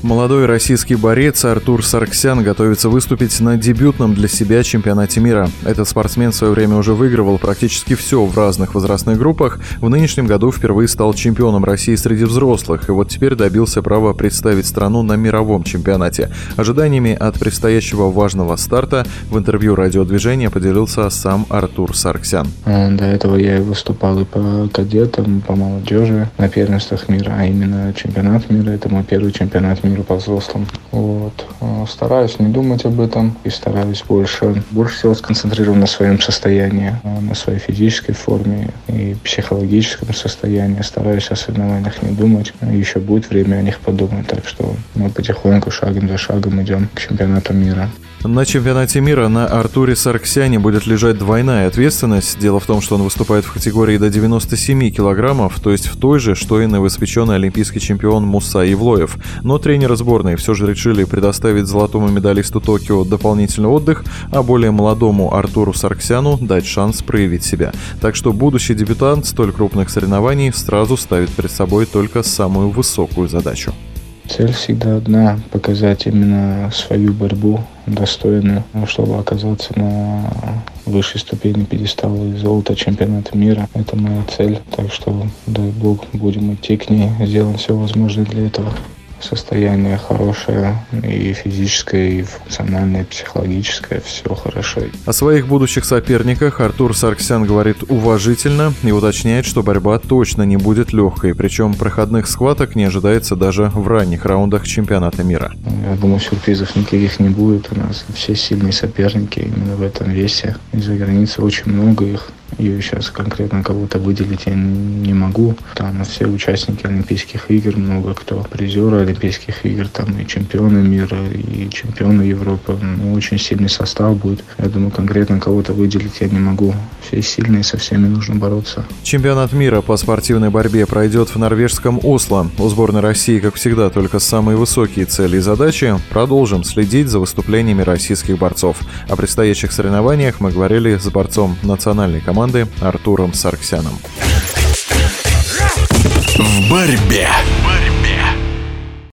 Молодой российский борец Артур Саргсян готовится выступить на дебютном для себя чемпионате мира. Этот спортсмен в свое время уже выигрывал практически все в разных возрастных группах. В нынешнем году впервые стал чемпионом России среди взрослых. И вот теперь добился права представить страну на мировом чемпионате. Ожиданиями от предстоящего важного старта в интервью «Радиодвижения» поделился сам Артур Саргсян. До этого я и выступал и по кадетам, по молодежи на первенствах мира, а именно чемпионат мира. Это мой первый чемпионат мира по взрослым. Стараюсь не думать об этом и стараюсь больше всего сконцентрирован на своем состоянии, на своей физической форме и психологическом состоянии. Стараюсь о соревнованиях не думать. Еще будет время о них подумать. Так что мы потихоньку, шагом за шагом идем к чемпионату мира. На чемпионате мира на Артуре Саргсяне будет лежать двойная ответственность. Дело в том, что он выступает в категории до 97 килограммов, то есть в той же, что и новоиспеченный олимпийский чемпион Муса Евлоев. Но тренеры сборной все же решили предоставить золотому медалисту Токио дополнительный отдых, а более молодому Артуру Саргсяну дать шанс проявить себя. Так что будущий дебютант столь крупных соревнований сразу ставит перед собой только самую высокую задачу. Цель всегда одна – показать именно свою борьбу достойную, чтобы оказаться на высшей ступени пьедестала и золота чемпионата мира. Это моя цель, так что, дай бог, будем идти к ней, сделаем все возможное для этого. Состояние хорошее и физическое, и функциональное, и психологическое, все хорошо. О своих будущих соперниках Артур Саргсян говорит уважительно и уточняет, что борьба точно не будет легкой, причем проходных схваток не ожидается даже в ранних раундах чемпионата мира. Я думаю, сюрпризов никаких не будет. У нас все сильные соперники именно в этом весе. Из-за границы очень много их. И сейчас конкретно кого-то выделить я не могу. Там все участники Олимпийских игр, много кто. Призеры Олимпийских игр, там и чемпионы мира, и чемпионы Европы. Очень сильный состав будет. Я думаю, конкретно кого-то выделить я не могу. Все сильные, со всеми нужно бороться. Чемпионат мира по спортивной борьбе пройдет в норвежском Осло. У сборной России, как всегда, только самые высокие цели и задачи. Продолжим следить за выступлениями российских борцов. О предстоящих соревнованиях мы говорили с борцом национальной команды Артуром Саргсяном. В борьбе.